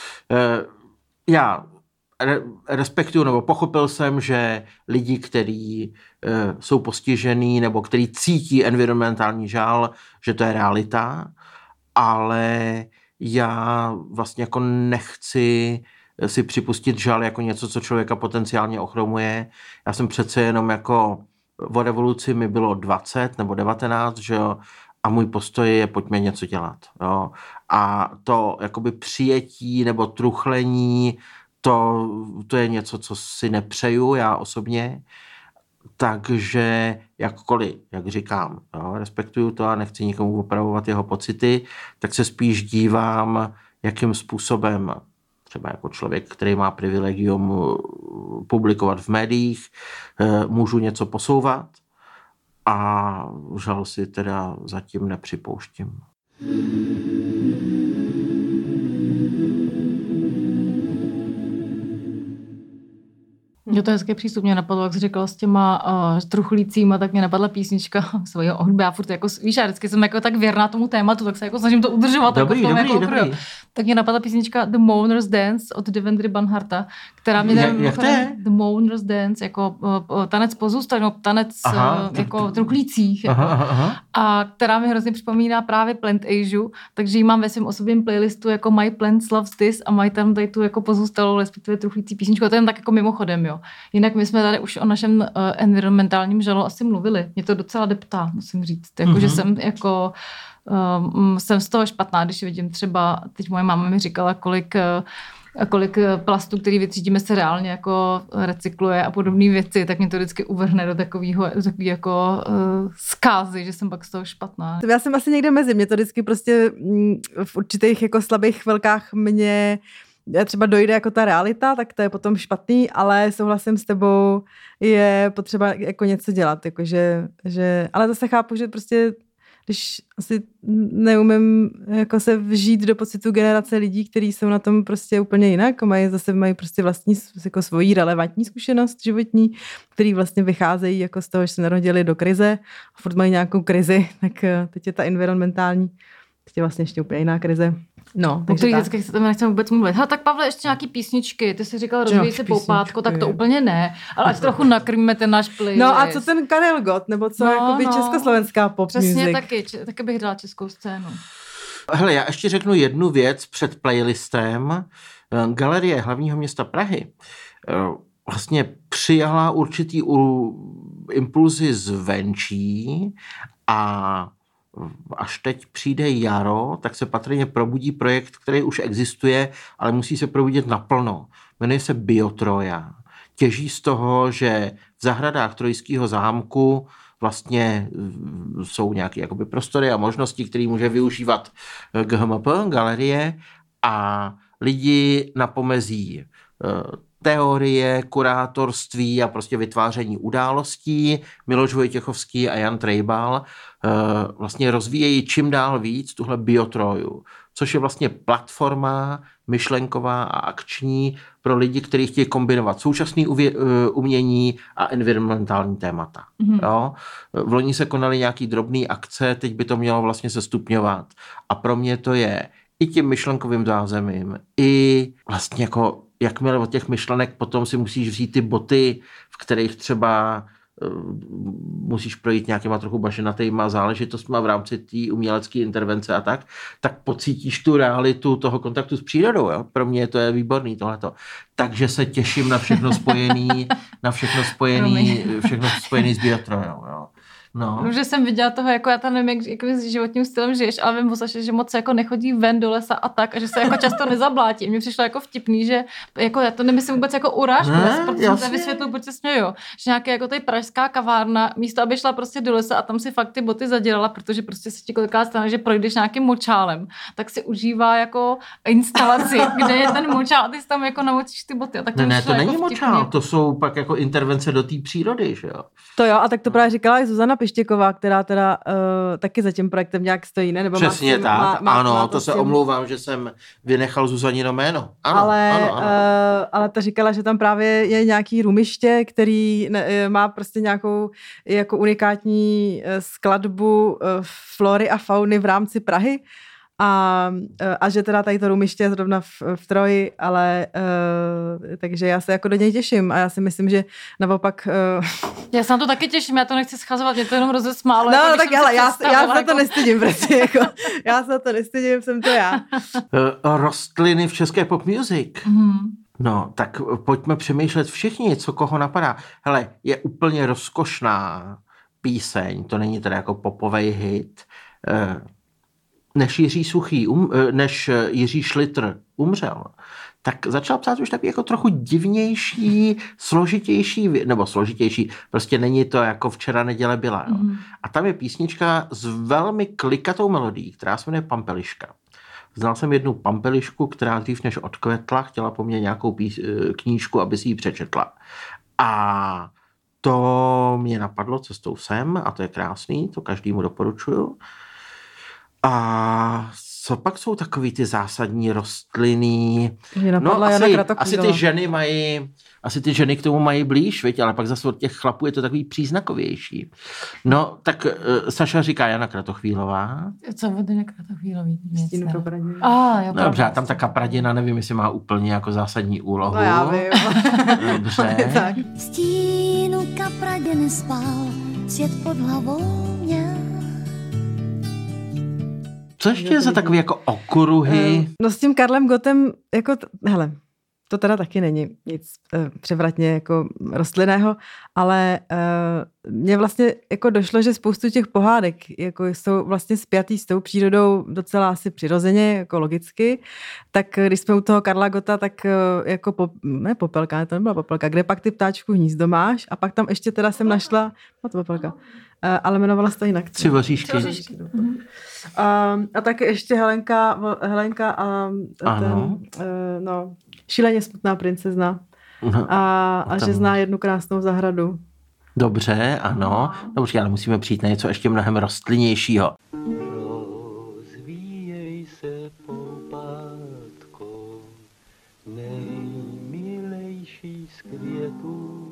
Já respektuju, nebo pochopil jsem, že lidi, kteří jsou postižený nebo kteří cítí environmentální žal, že to je realita, ale já vlastně jako nechci si připustit žal jako něco, co člověka potenciálně ochromuje. Já jsem přece jenom jako o revoluci mi bylo 20 nebo 19, že jo, a můj postoj je pojďme něco dělat. Jo. A to jakoby přijetí nebo truchlení, to je něco, co si nepřeju já osobně, takže jakkoliv, jak říkám, jo, respektuju to a nechci nikomu opravovat jeho pocity, tak se spíš dívám, jakým způsobem třeba jako člověk, který má privilegium publikovat v médiích, můžu něco posouvat a žal si teda zatím nepřipouštím. Jo, to je hezký přístup. Mě napadlo, jak jsi říkala s těma truchlícíma, tak mě napadla písnička svého ohňu. Já furt jako, víš, já vždycky jsem jako tak věrná tomu tématu, tak se jako snažím to udržovat. Dobrý. Tak mě napadla písnička The Mourner's Dance od Devendry Banharta, která mě jak to je? The Mourner's Dance, jako tanec pozůstalých, tanec jako truchlících. Jako, a která mi hrozně připomíná právě Plant Asia, takže ji mám ve svém osobním playlistu jako My Plants Loves This a mají tam tady tu jako pozůstalou, respektive truchlící písničku. A to je tak jako mimochodem, jo. Jinak my jsme tady už o našem environmentálním žalu asi mluvili. Mě to docela deptá, musím říct. Jako, že jsem jako jsem z toho špatná, když vidím třeba, teď moje máma mi říkala, kolik plastu, který vytřídíme, se reálně jako recykluje a podobné věci, tak mě to vždycky uvrhne do takový jako zkázy, že jsem pak z toho špatná. Já jsem asi někde mezi, mě to vždycky prostě v určitých jako slabých chvilkách mě třeba dojde jako ta realita, tak to je potom špatný, ale souhlasím s tebou, je potřeba jako něco dělat, jakože, ale zase chápu, že prostě když asi neumím jako se vžít do pocitu generace lidí, kteří jsou na tom prostě úplně jinak, mají prostě vlastní jako svoji relevantní zkušenost životní, který vlastně vycházejí jako z toho, že se narodili do krize a furt mají nějakou krizi, tak teď je ta environmentální, teď je vlastně ještě úplně jiná krize. No, takže vždycky se tam nechcem vůbec mluvit. Tak Pavle, ještě nějaký písničky. Ty jsi říkal, rozvíjí se poupátko, tak to úplně ne. Ale ať trochu nakrmíme ten náš playlist. No a co ten Karel Gott, nebo co jakoby československá pop music? Přesně taky bych dala českou scénu. Hele, já ještě řeknu jednu věc před playlistem. Galerie hlavního města Prahy vlastně přijala určitý impulzy zvenčí a až teď přijde jaro, tak se patrně probudí projekt, který už existuje, ale musí se probudit naplno. Jmenuje se Biotroja. Těží z toho, že v zahradách Trojského zámku vlastně jsou nějaké jakoby prostory a možnosti, které může využívat GHMP, galerie, a lidi na pomezí teorie, kurátorství a prostě vytváření událostí, Miloš Vojtěchovský a Jan Trejbal vlastně rozvíjejí čím dál víc tuhle biotroju, což je vlastně platforma myšlenková a akční pro lidi, kteří chtějí kombinovat současné umění a environmentální témata. Jo? V loni se konaly nějaký drobný akce, teď by to mělo vlastně se stupňovat. A pro mě to je i tím myšlenkovým zázemím, i vlastně jako jakmile od těch myšlenek potom si musíš vzít ty boty, v kterých třeba musíš projít nějakýma trochu bažinatýma záležitostma v rámci té umělecké intervence a tak pocítíš tu realitu toho kontaktu s přírodou. Jo? Pro mě to je výborný tohleto. Takže se těším na všechno spojený s biotrojou. Jo? No. Že jsem viděla toho, jako já tam nevím, jak s životním stylem žiješ, ale vím, že moc jako nechodí ven do lesa a tak, a že se jako často nezablátí. Mně přišlo jako vtipný, že jako já to nemyslím vůbec jako urážku, protože jsem to vysvětlu, proč se směju. Že nějaká jako tady pražská kavárna, místo aby šla prostě do lesa a tam si fakt ty boty zadělala, protože prostě se ti kolikrát stane, že projdeš nějakým močálem, tak si užívá jako instalaci, kde je ten močál a ty si tam jako namočíš ty boty. A tak ne, to není jako močál, to jsou pak jako intervence do té přírody, že jo. To jo, a tak to právě říkala i Zuzana Pištěková, která teda taky za tím projektem nějak stojí, ne? Nebo přesně tak, ano, to se omlouvám, že jsem vynechal Zuzanino jméno. Ano, ano. Ale ta říkala, že tam právě je nějaký rumiště, který má prostě nějakou jako unikátní skladbu flory a fauny v rámci Prahy. A že teda tady to rumiště je zrovna v Troji, ale takže já se jako do něj těším a já si myslím, že naopak... Já se na to taky těším, já to nechci schazovat, mě to jenom rozesmálo. No, jako, tak ale já se to nestydím, prostě, jako, já se to nestydím, jsem to já. Rostliny v české pop music. No, tak pojďme přemýšlet všichni, co koho napadá. Hele, je úplně rozkošná píseň, to není teda jako popovej hit, než Jiří Šlitr umřel, tak začal psát už takový jako trochu divnější, složitější, prostě není to jako Včera neděle byla. Jo. A tam je písnička s velmi klikatou melodií, která se jmenuje Pampeliška. Znal jsem jednu pampelišku, která dřív než odkvetla, chtěla po mně nějakou knížku, aby si ji přečetla. A to mě napadlo cestou sem, a to je krásný, to každému doporučuju. A co pak jsou takový ty zásadní rostliny? No, asi ty ženy k tomu mají blíž, viď? Ale pak zase od těch chlapů je to takový příznakovější. No, tak Saša říká Jana Kratochvílová. Co od Jana Kratochvílový? Stínu Kapradina. No, dobře, tam ta Kapradina, nevím, jestli má úplně jako zásadní úlohu. No já vím. Dobře. Tak. Stínu Kapradiny spál, svět pod hlavou měl. Co ještě za takový jako okruhy? No s tím Karlem Gottem, jako, hele, to teda taky není nic převratně jako rostlinného, ale mně vlastně jako došlo, že spoustu těch pohádek jako jsou vlastně spjatý s tou přírodou docela asi přirozeně, jako logicky, tak když jsme u toho Karla Gotta, tak jako Popelka, to nebyla Popelka, kde pak ty ptáčku hnízdo máš a pak tam ještě teda jsem našla, to Popelka, ale jmenovala se to jinak. Tři voříšky. A tak ještě Helenka a šíleně smutná princezna a že zná jednu krásnou zahradu. Dobře, ano. Dobře, ale musíme přijít na něco ještě mnohem rostlinnějšího. Rozvíjej se, poupátko, nejmilejší z květů,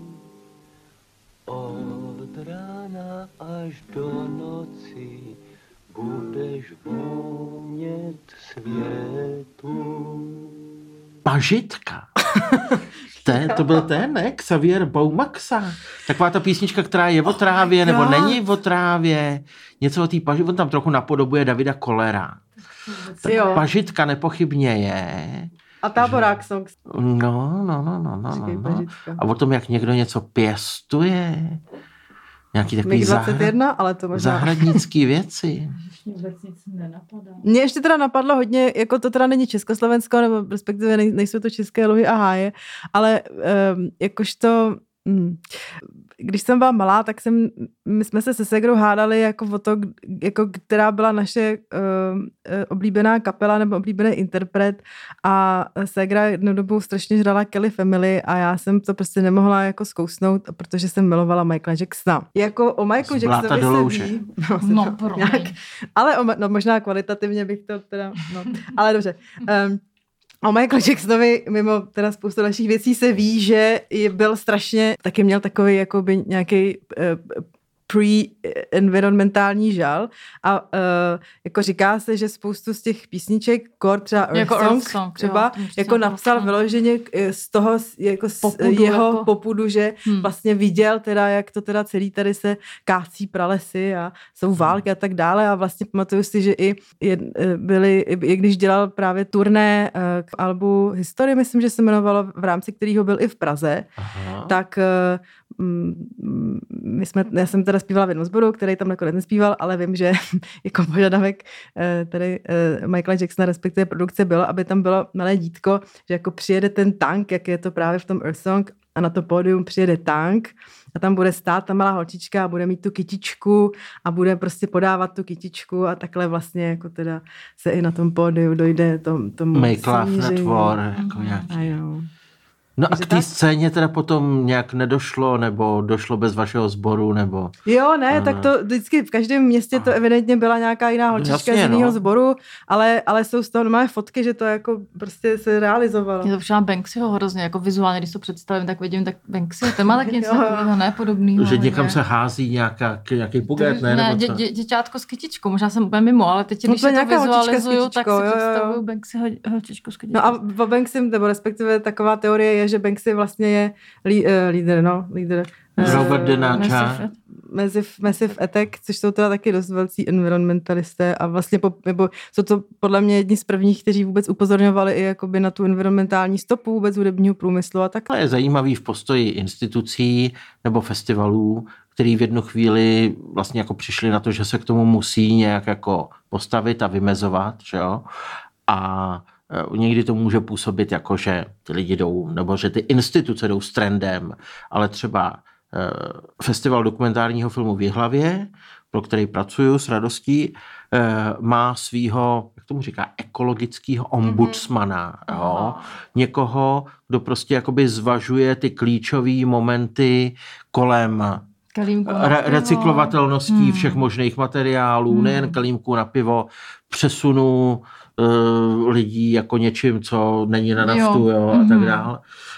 od rána až do noci budeš vonět světu. Pažitka. To byl ten, ne? Xavier Baumaxa. Taková ta písnička, která je o trávě, nebo není o trávě. Něco o té pažitce. On tam trochu napodobuje Davida Kollera. Tak Pažitka nepochybně je. A Táborák songs. No. A o tom, jak někdo něco pěstuje. Nějaký takový 21, ale to možná... zahradnický věci. Mně ještě teda napadlo hodně, jako to teda není Československo, nebo respektive nejsou to české luhy a háje, ale jakožto když jsem byla malá, tak my jsme se segrou hádali jako o to, jako která byla naše oblíbená kapela nebo oblíbený interpret a ségra jednou dobou strašně žrala Kelly Family a já jsem to prostě nemohla jako zkousnout, protože jsem milovala Michaela Jacksona. Jako o Michaelu Jacksonovi se ví. Ale možná kvalitativně bych to teda, ale dobře. O Michaelu Jacksonovi mimo teda spoustu dalších věcí se ví, že byl strašně, taky měl takový jakoby nějaký pre-environmentální žal a jako říká se, že spoustu z těch písniček, třeba Earth Song třeba, jako napsal vyloženě z toho jako jeho popudu, že vlastně viděl teda, jak to teda celý tady se kácí pralesy a jsou války a tak dále a vlastně pamatuju si, že i když dělal právě turné k albu History, myslím, že se jmenovalo, v rámci kterého byl i v Praze, tak já jsem teda zpívala v jednom sboru, který tam nakonec nespíval, ale vím, že jako požadavek tady Michaela Jacksona, respektive produkce bylo, aby tam bylo malé dítko, že jako přijede ten tank, jak je to právě v tom Earth Song a na to pódium přijede tank a tam bude stát ta malá holčička a bude mít tu kytičku a bude prostě podávat tu kytičku a takhle vlastně jako teda se i na tom pódiu dojde tomu Make love, not war, jako nějaký. No a k té scéně teda potom nějak nedošlo, nebo došlo bez vašeho sboru, nebo... Jo, ne, tak to vždycky v každém městě to evidentně byla nějaká jiná holčička z jiného sboru, ale jsou z toho normálně fotky, že to jako prostě se realizovalo. Je to však Banksyho hrozně, jako vizuálně, když to představím, tak vidím, tak Banksy, to má tak něco takového nepodobného. Že někam se hází nějaký puget, ne? Děťátko s kytičkou, možná jsem úplně mimo, ale teď, když se to vizualizuju, tak si představuju Banksyho holčičku s kytičkou. No a o Banksy, nebo respektive taková teorie je, že Banksy vlastně je líder. Robert Denáča. Massive Attack, což jsou teda taky dost velcí environmentalisté a vlastně jsou to podle mě jedni z prvních, kteří vůbec upozorňovali i jakoby na tu environmentální stopu vůbec hudebního průmyslu a tak. Je zajímavý v postoji institucí nebo festivalů, který v jednu chvíli vlastně jako přišli na to, že se k tomu musí nějak jako postavit a vymezovat, že jo? A někdy to může působit jako, že ty lidi jdou, nebo že ty instituce jdou s trendem, ale třeba Festival dokumentárního filmu v Jihlavě, pro který pracuju s radostí, má svýho, jak tomu říká, ekologického ombudsmana. Jo? Někoho, kdo prostě jakoby zvažuje ty klíčové momenty kolem recyklovatelností všech možných materiálů, nejen kelímku na pivo, přesunu lidí jako něčím, co není na naftu, a tak dále.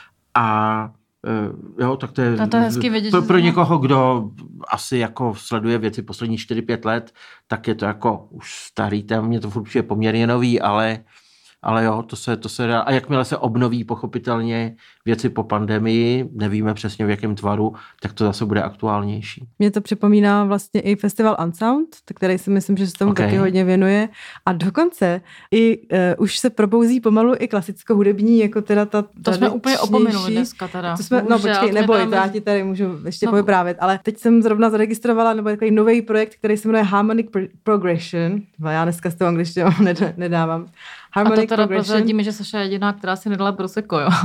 A tak to je hezky vidět, pro někoho, kdo asi jako sleduje věci poslední 4-5 let, tak je to jako už starý téma, mě to furt je poměrně nový, ale jo, to se dá. A jakmile se obnoví pochopitelně věci po pandemii, nevíme přesně v jakém tvaru, tak to zase bude aktuálnější. Mě to připomíná vlastně i festival Unsound, který si myslím, že se tomu taky hodně věnuje. A dokonce i už se probouzí pomalu i klasicko-hudební, jako teda ta to jsme úplně opomenuli dneska teda. Počkej, neboj, já ti tady můžu ještě povyprávět, ale teď jsem zrovna zaregistrovala nebo takový nový projekt, který se jmenuje Harmonic Progression. Já dneska s tou angličtinou nedávám. Harmonic a to teda prozradíme, že Saša je jediná, která si nedala prosecco, jo.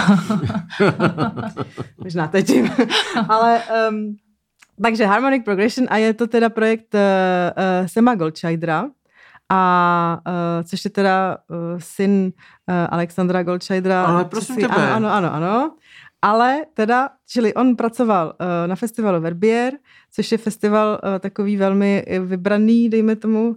Možná teď. Ale takže Harmonic Progression a je to teda projekt Sema Goldscheidera, což je teda syn Alexandra Goldscheidera. Ale prosím tebe. Ano. Ale teda, čili on pracoval na festivalu Verbier, což je festival takový velmi vybraný, dejme tomu,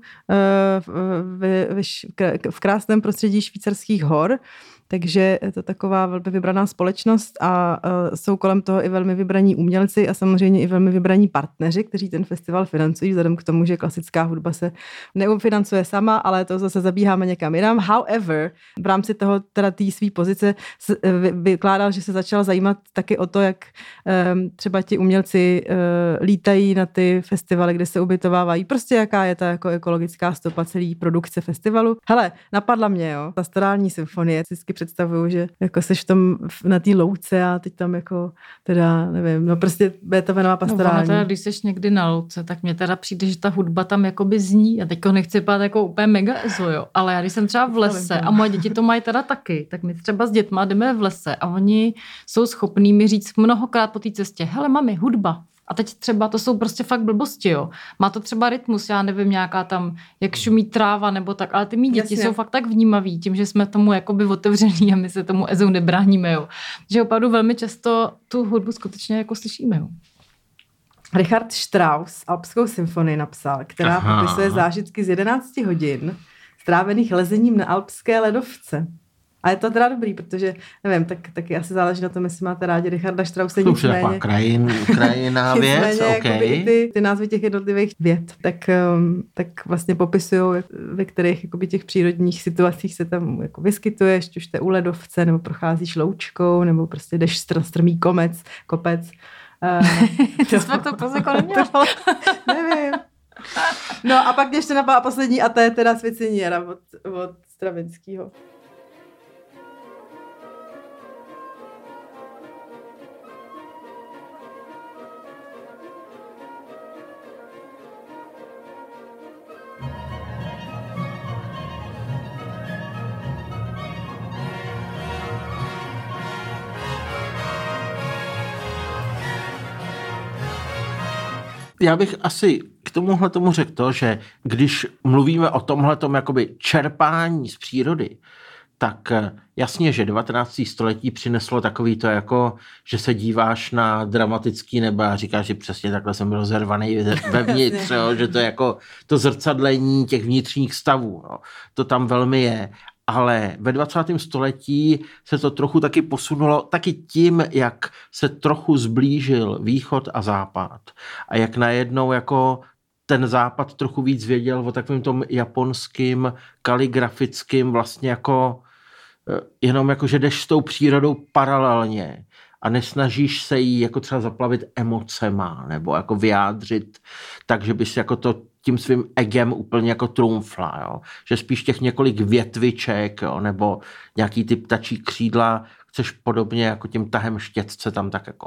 v krásném prostředí švýcarských hor. Takže je to taková velmi vybraná společnost a jsou kolem toho i velmi vybraní umělci a samozřejmě i velmi vybraní partneři, kteří ten festival financují, vzhledem k tomu, že klasická hudba se neufinancuje sama, ale to zase zabíháme někam jinam. However, v rámci toho teda té své pozice vykládal, že se začal zajímat taky o to, jak třeba ti umělci lítají na ty festivaly, kde se ubytovávají. Prostě jaká je ta jako ekologická stopa celý produkce festivalu. Hele, napadla mě, Pastorální symfonie, vždycky představuju, že jako seš v tom na té louce a teď tam jako teda, nevím, no prostě Beethovenova pastorální. No, teda, když seš někdy na louce, tak mně teda přijde, že ta hudba tam jakoby zní. Já teďko nechci pát jako úplně mega ezo, jo, ale já když jsem třeba v lese a moje děti to mají teda taky, tak my třeba s dětma jdeme v lese a oni jsou schopní mi říct mnohokrát po té cestě, hele mami, hudba. A teď třeba to jsou prostě fakt blbosti, jo. Má to třeba rytmus, já nevím, nějaká tam, jak šumí tráva nebo tak, ale ty mý děti jsou fakt tak vnímaví, tím, že jsme tomu jakoby otevření a my se tomu ezou nebráníme, jo. Že opravdu velmi často tu hudbu skutečně jako slyšíme, jo. Richard Strauss Alpskou symfonii napsal, která popisuje zážitky z 11 hodin strávených lezením na alpské ledovce. A je to teda dobrý, protože, nevím, taky asi záleží na tom, jestli máte rádi Richarda Strausse. To už je taková krajiná věc, okay. Ty názvy těch jednotlivých vět, tak vlastně popisují, ve kterých jakoby, těch přírodních situacích se tam jako vyskytuješ, či už jste u ledovce, nebo procházíš loučkou, nebo prostě jdeš strmý kopec. Ty jsi to prostě neměl. Nevím. No a pak ještě napadá poslední a to je teda Svěciniera od Stravinskýho. Já bych asi k tomuhle tomu řekl to, že když mluvíme o tomhletom jakoby čerpání z přírody, tak jasně, že 19. století přineslo takový to jako, že se díváš na dramatický nebe a říkáš, že přesně takhle jsem byl rozervaný vevnitř, jo, že to je jako to zrcadlení těch vnitřních stavů. Jo. To tam velmi je. Ale ve 20. století se to trochu taky posunulo taky tím, jak se trochu zblížil východ a západ. A jak najednou jako ten západ trochu víc věděl o takovým tom japonským, kaligrafickým vlastně jako jenom jako, že jdeš s tou přírodou paralelně a nesnažíš se jí jako třeba zaplavit emocema nebo jako vyjádřit tak, že bys jako to tím svým egem úplně jako trumfla, jo? Že spíš těch několik větviček, jo? Nebo nějaký ty ptačí křídla chceš podobně jako tím tahem štětce tam tak jako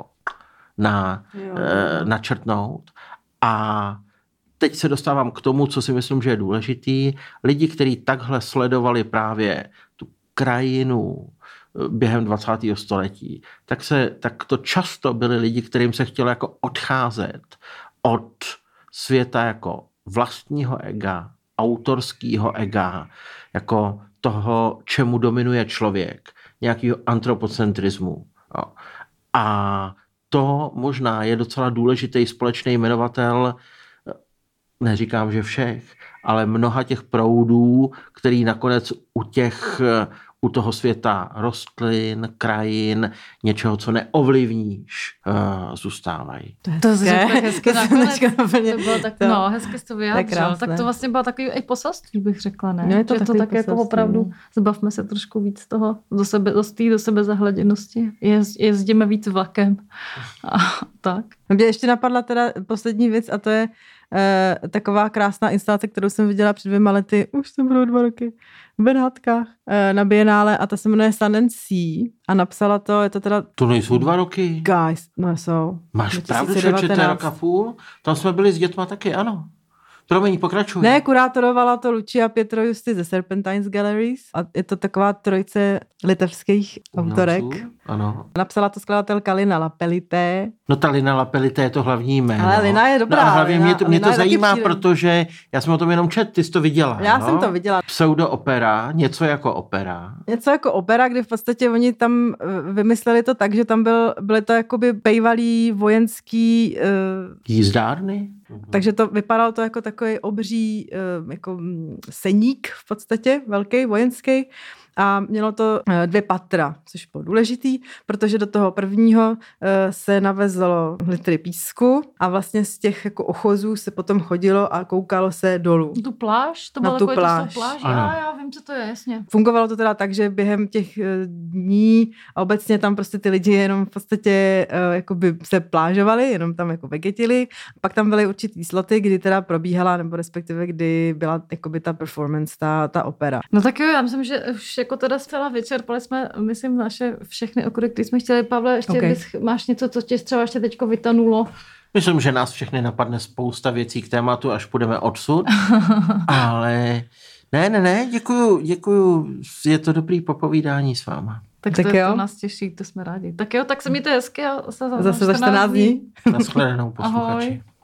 načrtnout. A teď se dostávám k tomu, co si myslím, že je důležitý. Lidi, kteří takhle sledovali právě tu krajinu během 20. století, tak to často byli lidi, kterým se chtělo jako odcházet od světa jako vlastního ega, autorského ega, jako toho, čemu dominuje člověk, nějakého antropocentrismu. Jo. A to možná je docela důležitý společný jmenovatel, neříkám, že všech, ale mnoha těch proudů, který nakonec u toho světa rostlin, krajin, něčeho, co neovlivníš, zůstávají. To jsi řekl hezky nakonec. To bylo tak, no, hezky jsi to vyjádřil. Tak to vlastně bylo takový i poselství, bych řekla, ne? No, je to tak jako opravdu zbavme se trošku víc toho do sebe zahleděnosti. Jezdíme víc vlakem. A tak. Mě ještě napadla teda poslední věc a to je taková krásná instalace, kterou jsem viděla před 2 lety, už to budou 2 roky, v Benátkách na Bienále a ta se jmenuje Sun and Sea a napsala to, je to teda... To nejsou 2 roky? Guys, no jsou. Máš pravdu, že to je rok a půl? Tam jsme byli s dětma taky, ano. Promiň, pokračuj. Ne, kurátorovala to Lucia Pietrojusty ze Serpentines Galleries a je to taková trojice litevských autorek. Ano. Napsala to skladatelka Lina Lapelité. No ta Lina Lapelité je to hlavní jméno. Ale Lina je dobrá. No a hlavně mě to zajímá, protože já jsem o tom jenom četl, ty jsi to viděla. Já jsem to viděla. Pseudo-opera, něco jako opera. Něco jako opera, kdy v podstatě oni tam vymysleli to tak, že tam byly to jakoby bývalý vojenský... jízdárny? Takže to vypadalo to jako takový obří jako seník v podstatě, velký, vojenský. A mělo to 2 patra, což bylo důležitý, protože do toho prvního se navezlo litry písku a vlastně z těch jako ochozů se potom chodilo a koukalo se dolů. Tu pláž? To bylo takové pláž. Já vím, co to je, jasně. Fungovalo to teda tak, že během těch dní a obecně tam prostě ty lidi jenom v podstatě jakoby se plážovali, jenom tam jako vegetili. Pak tam byly určitý sloty, kdy teda probíhala, nebo respektive kdy byla jakoby ta performance, ta opera. No tak jo, já myslím, že už jako teda zcela vyčerpali jsme, myslím, naše všechny okruhy, které jsme chtěli. Pavle, ještě máš něco, co tě třeba ještě teďko vytanulo? Myslím, že nás všechny napadne spousta věcí k tématu, až půjdeme odsud. Ale ne, děkuju. Je to dobrý popovídání s váma. Tak to nás těší, to jsme rádi. Tak jo, tak se mějte hezky a zase za 14 dní. Naschledanou, posluchači. Ahoj.